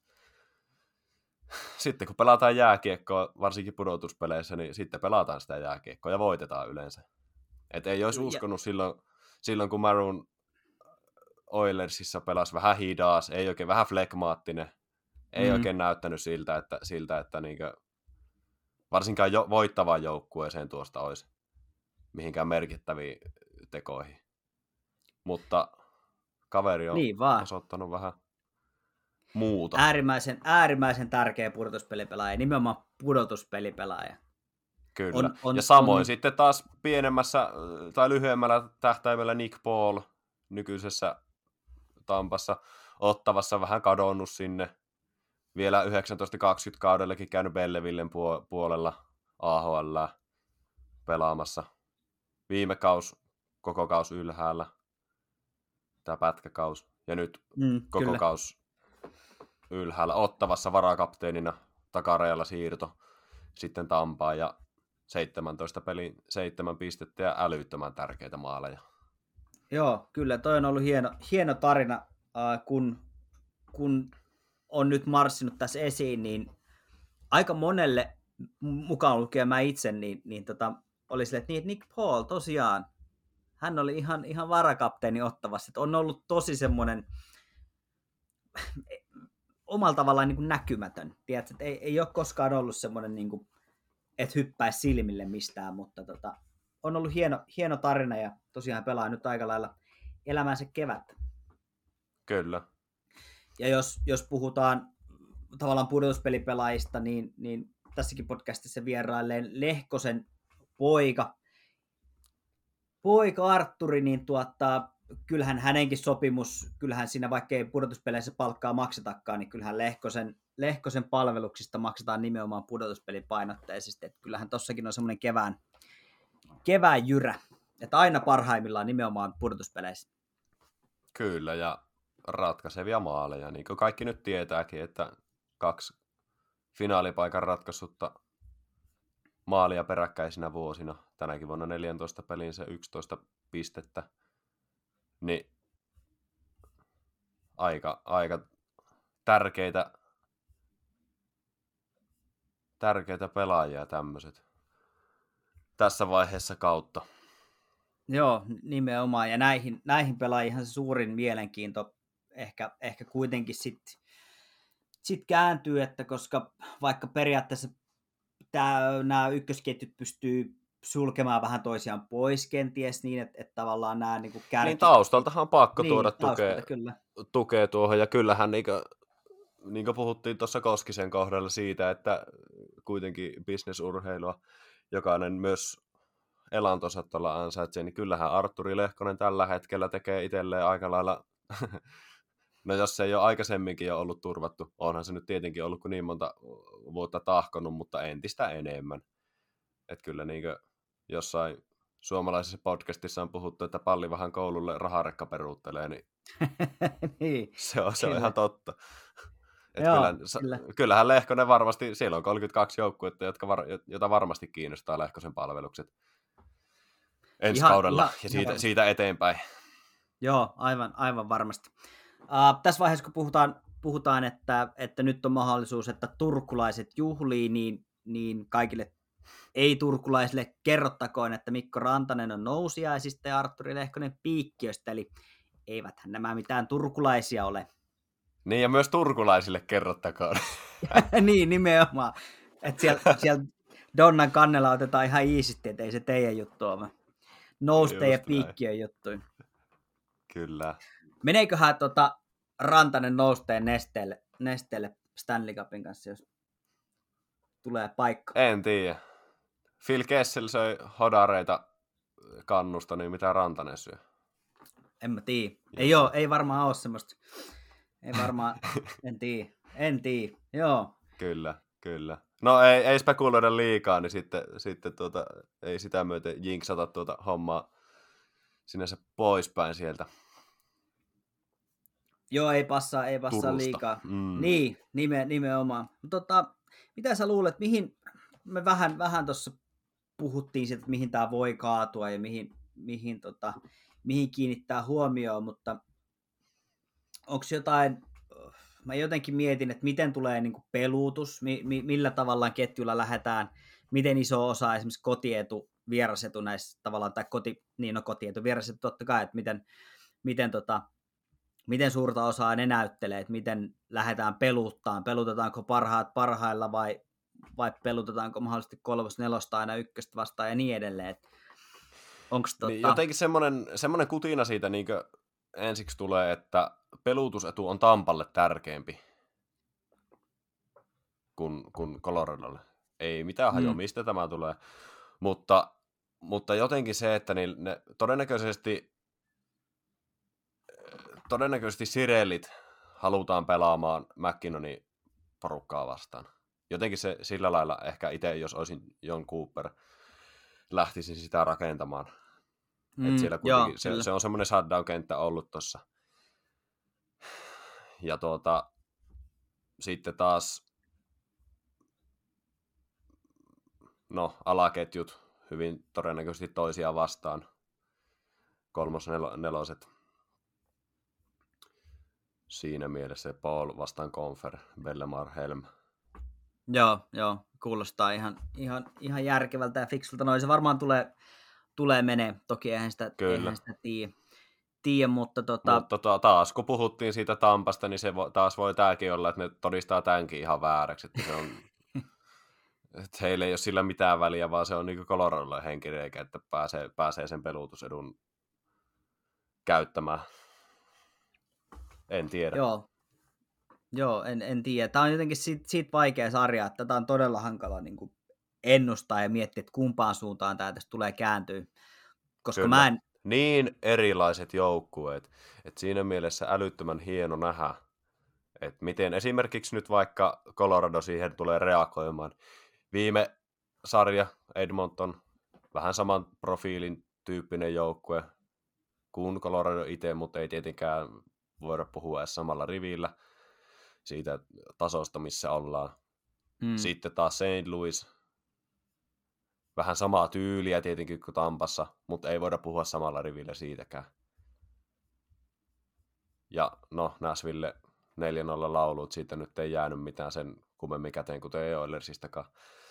sitten kun pelataan jääkiekkoa, varsinkin pudotuspeleissä, niin sitten pelataan sitä jääkiekkoa ja voitetaan yleensä. Et ei olisi uskonut silloin, kun Maroon Oilersissa pelasi vähän hidas, ei oikein vähän flekmaattinen, ei oikein näyttänyt siltä, että niinkö, varsinkaan voittavaan joukkueeseen tuosta olisi mihinkään merkittäviin tekoihin. Mutta kaveri on osoittanut vähän muuta. Äärimmäisen tärkeä pudotuspelipelaaja, nimenomaan pudotuspelipelaaja. Kyllä. Ja samoin sitten taas pienemmässä tai lyhyemmällä tähtäimellä Nick Paul nykyisessä Tampassa, Ottavassa vähän kadonnut sinne. Vielä 1920 kaudellakin käynyt Bellevillen puolella AHL pelaamassa. Viime koko kaus ylhäällä. Tämä pätkäkaus. Ja nyt koko kaus ylhäällä. Ottavassa varakapteenina, takarajalla siirto. Sitten Tampaan ja 17 pelin 7 pistettä ja älyttömän tärkeitä maaleja. Joo, kyllä toi on ollut hieno tarina, kun on nyt marssinut tässä esiin, niin aika monelle, mukaan lukien mä itse, niin oli silleen, että Nick Paul tosiaan, hän oli ihan varakapteeni Ottavassa, että on ollut tosi semmoinen omalla tavallaan niin kuin näkymätön, tiedätkö, että ei ole koskaan ollut semmoinen, niin kuin, että hyppäisi silmille mistään, mutta on ollut hieno tarina ja tosiaan pelaa nyt aika lailla elämänsä kevättä. Kyllä. Ja jos puhutaan tavallaan pudotuspelipelaajista, niin tässäkin podcastissa vierailleen Lehkosen poika Artturi, niin kyllähän hänenkin sopimus, kyllähän siinä vaikka ei pudotuspeleissä palkkaa maksetakaan, niin kyllähän Lehkosen palveluksista maksetaan nimenomaan pudotuspelipainotteisesti, että kyllähän tossakin on semmoinen kevään jyrä, että aina parhaimmillaan nimenomaan pudotuspeleissä. Kyllä, ja ratkaisevia maaleja, niin kuin kaikki nyt tietääkin, että 2 finaalipaikan ratkaissutta maalia peräkkäisinä vuosina, tänäkin vuonna 14 peliin se 11 pistettä, niin aika tärkeitä pelaajia tämmöiset tässä vaiheessa kautta. Joo, nimenomaan, ja näihin pelaajihan se suurin mielenkiinto ehkä kuitenkin sit kääntyy, että koska vaikka periaatteessa nämä ykkösketjut pystyy sulkemaan vähän toisiaan pois kenties niin, että tavallaan nämä niin kuin Niin taustaltahan on pakko tuoda tukea tuohon, ja kyllähän niin kuin puhuttiin tuossa Koskisen kohdalla siitä, että kuitenkin bisnesurheilua jokainen myös elantonsa tuolla ansaitsee, niin kyllähän Artturi Lehkonen tällä hetkellä tekee itselleen aika lailla, no jos se ei ole aikaisemminkin jo ollut turvattu, onhan se nyt tietenkin ollut kun niin monta vuotta tahkonut, mutta entistä enemmän. Että kyllä niin kuin jossain suomalaisessa podcastissa on puhuttu, että palli vähän koululle raharekka peruuttelee, niin, niin se on ihan totta. Kyllähän Lehkonen varmasti, siellä on 32 joukkuetta, jota varmasti kiinnostaa Lehkosen palvelukset ensi kaudella ja siitä eteenpäin. Joo, aivan varmasti. Tässä vaiheessa, kun puhutaan että nyt on mahdollisuus, että turkulaiset juhlii, niin kaikille ei-turkulaisille kerrottakoon, että Mikko Rantanen on nousiaisista ja Artturi Lehkonen piikkiöstä, eli eiväthän nämä mitään turkulaisia ole. Niin, ja myös turkulaisille kerrottakoon. Niin, nimenomaan. Että siellä Donnan kannella otetaan ihan iisisti, että ei se teidän juttu ole. Nousteen ja piikkiön juttuin. Kyllä. Meneeköhän Rantanen nousteen nesteelle Stanley Cupin kanssa, jos tulee paikka? En tiedä. Phil Kessel söi hodareita kannusta, niin mitä Rantanen syö? En mä tiedä. Ei varmaan ole semmoista. Ei varmaan, en tiedä. Joo. Kyllä. No ei spekuloida liikaa, niin sitten ei sitä myöten jinksata tuota hommaa sinänsä poispäin sieltä. Joo, ei passaa Turusta. liikaa. Niin, nimenomaan. Mitä sä luulet, mihin me vähän tuossa puhuttiin siitä, että mihin tämä voi kaatua ja mihin kiinnittää huomioon, mutta onko jotain, mä jotenkin mietin, että miten tulee niin kuin peluutus, millä tavalla ketjulla lähdetään, miten iso osa esimerkiksi kotietu, vierasetu näissä tavallaan, tai kotietu, vierasetu totta kai, että miten suurta osaa ne näyttelee, että miten lähdetään peluttaan, pelutetaanko parhaat parhailla vai pelutetaanko mahdollisesti 3, 4 aina 1 vastaan ja niin edelleen. Onks niin jotenkin semmoinen kutina siitä niin ensiksi tulee, että pelutusetu on Tampalle tärkeämpi kuin Coloradolle. Ei mitään hajoa, mistä tämä tulee. Mutta jotenkin se, että ne todennäköisesti Sirellit halutaan pelaamaan McKinnonin porukkaa vastaan. Jotenkin se sillä lailla ehkä itse, jos olisin John Cooper, lähtisin sitä rakentamaan. Siellä se on semmoinen shutdown-kenttä ollut tuossa. Ja sitten taas alaketjut hyvin todennäköisesti toisiaan vastaan. 3. 4. Siinä mielessä Paul vastaan Confer, Bellemare, Helm. Joo, kuulostaa ihan järkevältä ja fiksulta. No se varmaan tulee menee, toki eihän sitä tiedä, mutta taas kun puhuttiin siitä Tampasta, niin se taas voi tämäkin olla, että ne todistaa tämänkin ihan vääräksi, että se on että heillä ei ole sillä mitään väliä, vaan se on niin Coloradolle henkireikä, että pääsee sen pelutusedun käyttämään. En tiedä. Joo, en tiedä. Tämä on jotenkin siitä vaikea sarja, että tätä on todella hankala niin kuin ennustaa ja miettiä, että kumpaan suuntaan tämä tästä tulee kääntyä. Koska Kyllä. Niin erilaiset joukkueet, että siinä mielessä älyttömän hieno nähdä, että miten esimerkiksi nyt vaikka Colorado siihen tulee reagoimaan. Viime sarja Edmonton, vähän saman profiilin tyyppinen joukkue kuin Colorado itse, mutta ei tietenkään voida puhua edes samalla rivillä siitä tasosta, missä ollaan. Sitten taas St. Louis, vähän samaa tyyliä tietenkin kuin Tampassa, mutta ei voida puhua samalla rivillä siitäkään. Ja Nashville 4-0 laulut, siitä nyt ei jäänyt mitään sen kummemmin käteen, kuten ei Oilersistakaan.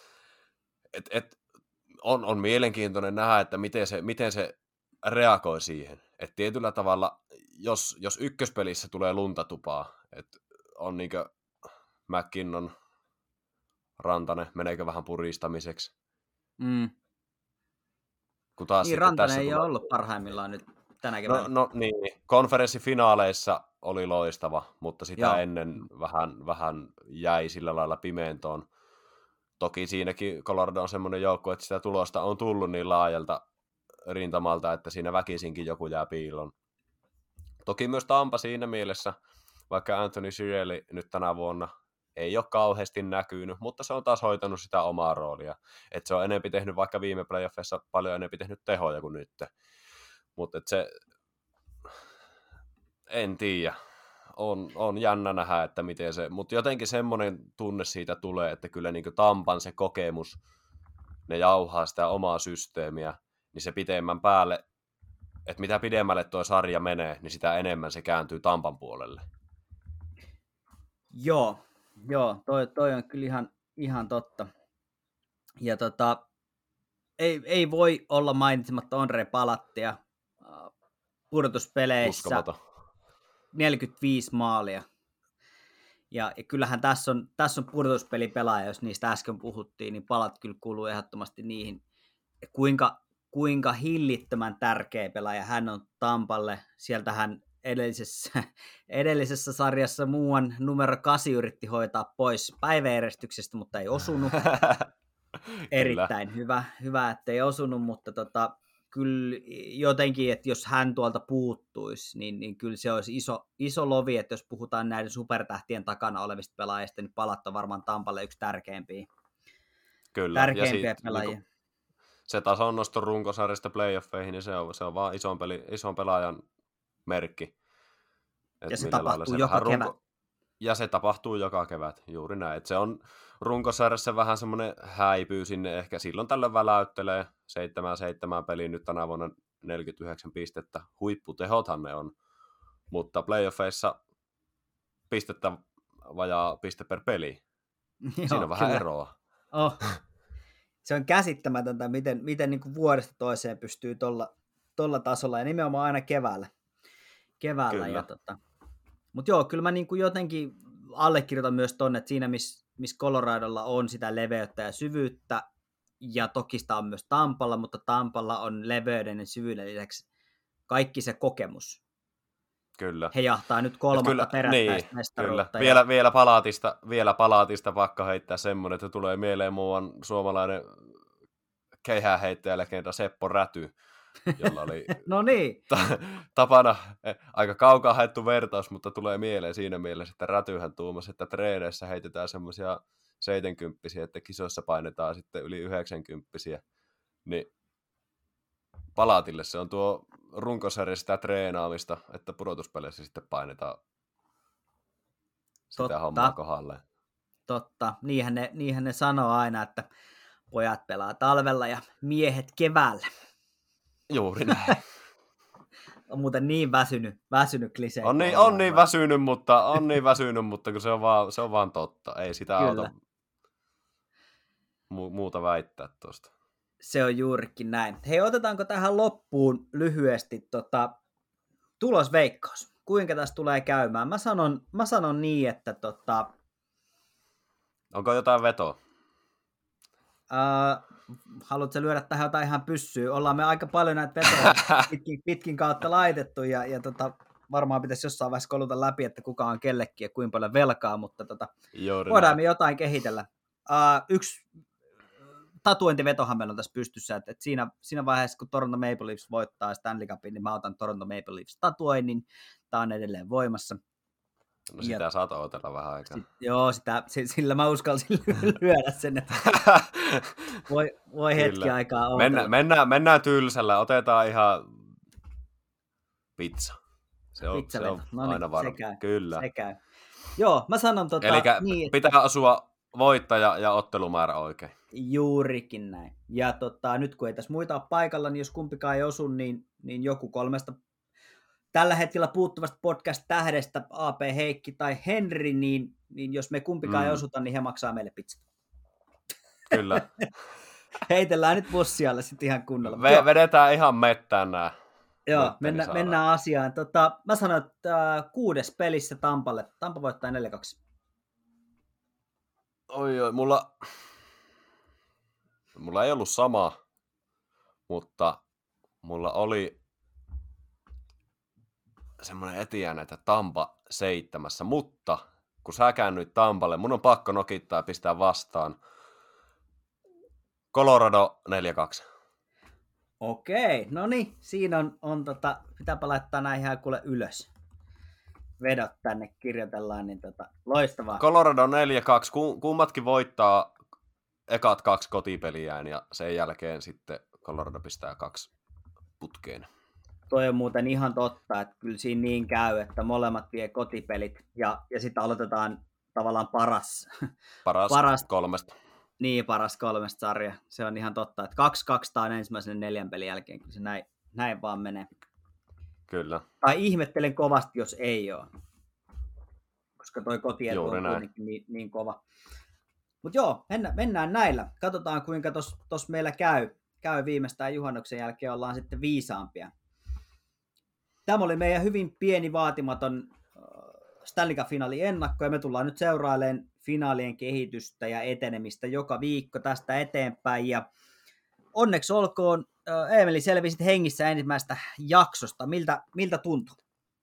On mielenkiintoinen nähdä, että miten se reagoi siihen. Että tietyllä tavalla, jos ykköspelissä tulee luntatupaa, että on niinkö McKinnon, Rantanen, meneekö vähän puristamiseksi. Kun taas niin, Rantanen ei ole ollut parhaimmillaan nyt tänä keväänä. Niin. Konferenssifinaaleissa oli loistava, mutta sitä ennen vähän jäi sillä lailla pimentoon. Toki siinäkin Colorado on semmoinen joukko, että sitä tulosta on tullut niin laajalta rintamalta, että siinä väkisinkin joku jää piiloon. Toki myös Tampa siinä mielessä, vaikka Anthony Cirelli nyt tänä vuonna ei ole kauheasti näkynyt, mutta se on taas hoitanut sitä omaa roolia. Että se on enemmän tehnyt, vaikka viime playoffissa paljon enemmän tehnyt tehoja kuin nyt. Mutta se, en tiedä. On jännä nähdä, että miten se, mutta jotenkin semmoinen tunne siitä tulee, että kyllä niin kuin Tampan se kokemus, ne jauhaa sitä omaa systeemiä, niin se pitemmän päälle, että mitä pidemmälle tuo sarja menee, niin sitä enemmän se kääntyy Tampan puolelle. Joo, toi on kyllä ihan totta. Ja ei voi olla mainitsematta Ondrej Palattia pudotuspeleissä. Uskomaton. 45 maalia. Ja kyllähän tässä on pudotuspelipelaaja, jos niistä äsken puhuttiin, niin Palat kyllä kuuluu ehdottomasti niihin. Ja kuinka hillittömän tärkeä pelaaja hän on Tampalle. Sieltähän edellisessä sarjassa muuan numero 8 yritti hoitaa pois päiväjärjestyksestä, mutta ei osunut. Erittäin hyvä, ettei osunut, mutta kyllä jotenkin, että jos hän tuolta puuttuisi, niin kyllä se olisi iso lovi, että jos puhutaan näiden supertähtien takana olevista pelaajista, niin Palat on varmaan Tampalle yksi tärkeimpiä kyllä. pelaajia. se tason nosto runkosarjasta playoffeihin, niin se on vaan ison pelaajan merkki. Ja se tapahtuu joka kevät. Ja se tapahtuu joka kevät, juuri näin. Et se on runkosarjassa vähän semmoinen häipyy sinne, ehkä silloin tällöin väläyttelee 7 peliin nyt tänä vuonna 49 pistettä. Huipputehothan ne on, mutta playoffeissa pistettä vajaa piste per peli. Siinä on vähän eroa. Oh. Se on käsittämätöntä, miten niin kuin vuodesta toiseen pystyy tolla tasolla, ja nimenomaan aina keväällä. Mutta joo, kyllä mä niin kuin jotenkin allekirjoitan myös tonne, että siinä missä Coloradolla on sitä leveyttä ja syvyyttä, ja toki sitä on myös Tampalla, mutta Tampalla on leveyden ja syvyyden lisäksi kaikki se kokemus. Kyllä. He jahtaa nyt 3 perättäistä mestaruutta. Kyllä. Vielä palaatista pakko heittää semmoinen, että tulee mieleen muuan suomalainen keihäänheittäjälegenda Seppo Räty, jolla oli no niin. Tapana aika kaukaa haettu vertaus, mutta tulee mieleen siinä mielessä, että Rätyhän tuumasi, että treeneissä heitetään semmoisia 70-vuotiaita, että kisoissa painetaan sitten yli 90-vuotiaita. Niin Palaatille se on tuo runkosarja sitä treenaamista, että pudotuspeleissä sitten painetaan sitä hommaa kohdalleen. Totta. Niinhän ne sanoo aina, että pojat pelaa talvella ja miehet keväällä. Juuri näin. On muuten niin väsynyt klisee. On niin väsynyt, mutta kun se on vaan totta. Ei sitä auta muuta väittää tuosta. Se on juurikin näin. Hei, otetaanko tähän loppuun lyhyesti tulosveikkaus? Kuinka tässä tulee käymään? Mä sanon niin, että Onko jotain vetoa? Haluatko lyödä tähän jotain ihan pyssyä? Ollaan me aika paljon näitä vetoja pitkin kautta laitettu, ja varmaan pitäisi jossain vaiheessa koluta läpi, että kuka on kellekin ja kuinka paljon velkaa, mutta voidaan me jotain kehitellä. Yksi tatuointivetohan meillä on tässä pystyssä, että siinä vaiheessa, kun Toronto Maple Leafs voittaa Stanley Cupin, niin mä otan Toronto Maple Leafs tatuoinnin. Tämä on edelleen voimassa. No sitä saat odotella vähän aikaa. Joo, sillä mä uskalsin lyödä sen, että voi hetki aikaa odotella. Mennään tylsällä, otetaan ihan pizza. Se on aina varma. Kyllä. Se käy. Joo, mä sanon Elikkä niin, pitää asua voittaja ja ottelumäärä oikein. Juurikin näin. Ja nyt kun ei tässä muita ole paikalla, niin jos kumpikaan ei osu, niin joku 3 tällä hetkellä puuttuvasta podcast-tähdestä, AP Heikki tai Henri, niin jos me kumpikaan ei osuta, niin he maksaa meille pizzat. Kyllä. Heitellään nyt bussialle sitten ihan kunnolla. Vedetään ihan mettään nämä. Joo, mennään asiaan. Mä sanon, että 6 pelissä Tampalle. Tampa voittaa 4-2. Oi, mulla ei ollut sama, mutta mulla oli semmoinen etijänä, että Tampa 7, mutta kun sä käännyit Tampalle, mun on pakko nokittaa ja pistää vastaan. Colorado 4-2. Okei, no niin, siinä on pitääpä laittaa näin ihan kuule ylös. Vedot tänne, kirjoitellaan, niin loistavaa. Colorado 4-2, kummatkin voittaa ekat 2 kotipeliään ja sen jälkeen sitten Colorado pistää 2 putkeen. Toi on muuten ihan totta, että kyllä siinä niin käy, että molemmat vie kotipelit ja sitten aloitetaan tavallaan paras 3. Niin, paras 3 sarja. Se on ihan totta, että 2-2 on ensimmäisen 4 pelin jälkeen, kyllä se näin vaan menee. Kyllä. Tai ihmettelen kovasti, jos ei ole. Koska toi kotietu on kuitenkin niin kova. Mutta joo, mennään näillä. Katsotaan, kuinka tos meillä käy viimeistään juhannuksen jälkeen. Ollaan sitten viisaampia. Tämä oli meidän hyvin pieni vaatimaton Stanley Cup-finaalin ennakko, ja me tullaan nyt seurailemaan finaalien kehitystä ja etenemistä joka viikko tästä eteenpäin. Ja onneksi olkoon, Eemeli, selvisit hengissä ensimmäistä jaksosta. Miltä tuntui?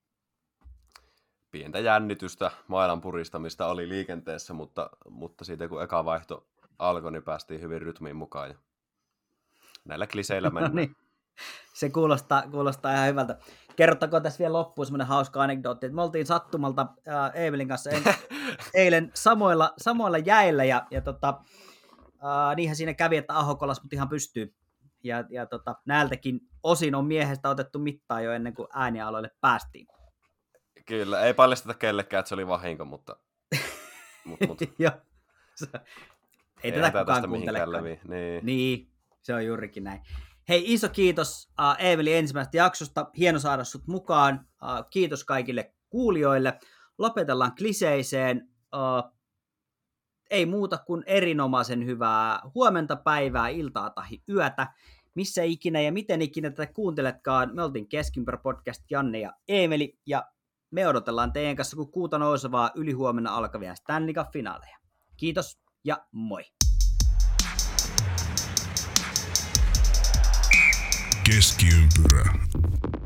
Pientä jännitystä, mailan puristamista oli liikenteessä, mutta siitä kun eka vaihto alkoi, niin päästiin hyvin rytmiin mukaan. Ja näillä kliseillä mennään. No niin. Se kuulostaa ihan hyvältä. Kerrottakoon tässä vielä loppuun semmoinen hauska anekdootti, että me oltiin sattumalta Eemelin kanssa eilen samoilla jäillä, ja niinhän siinä kävi, että Aho kolas mut ihan pystyy Ja näiltäkin osin on miehestä otettu mittaa jo ennen kuin äänialoille päästiin. Kyllä, ei paljasteta kellekään, että se oli vahinko, mutta... Joo. Ei tätä kukaan kuuntelekaan. Niin, se on juurikin näin. Hei, iso kiitos Eemeli ensimmäisestä jaksosta. Hieno saada sut mukaan. Kiitos kaikille kuulijoille. Lopetellaan kliseiseen. Ei muuta kuin erinomaisen hyvää huomenta, päivää, iltaa tai yötä. Missä ikinä ja miten ikinä tätä kuunteletkaan. Me oltiin Keskiympyrä podcast Janne ja Eemeli. Ja me odotellaan teidän kanssa kuin kuuta nousevaa ylihuomenna alkavia Stanley Cup-finaaleja. Kiitos ja moi! Keskiympyrä.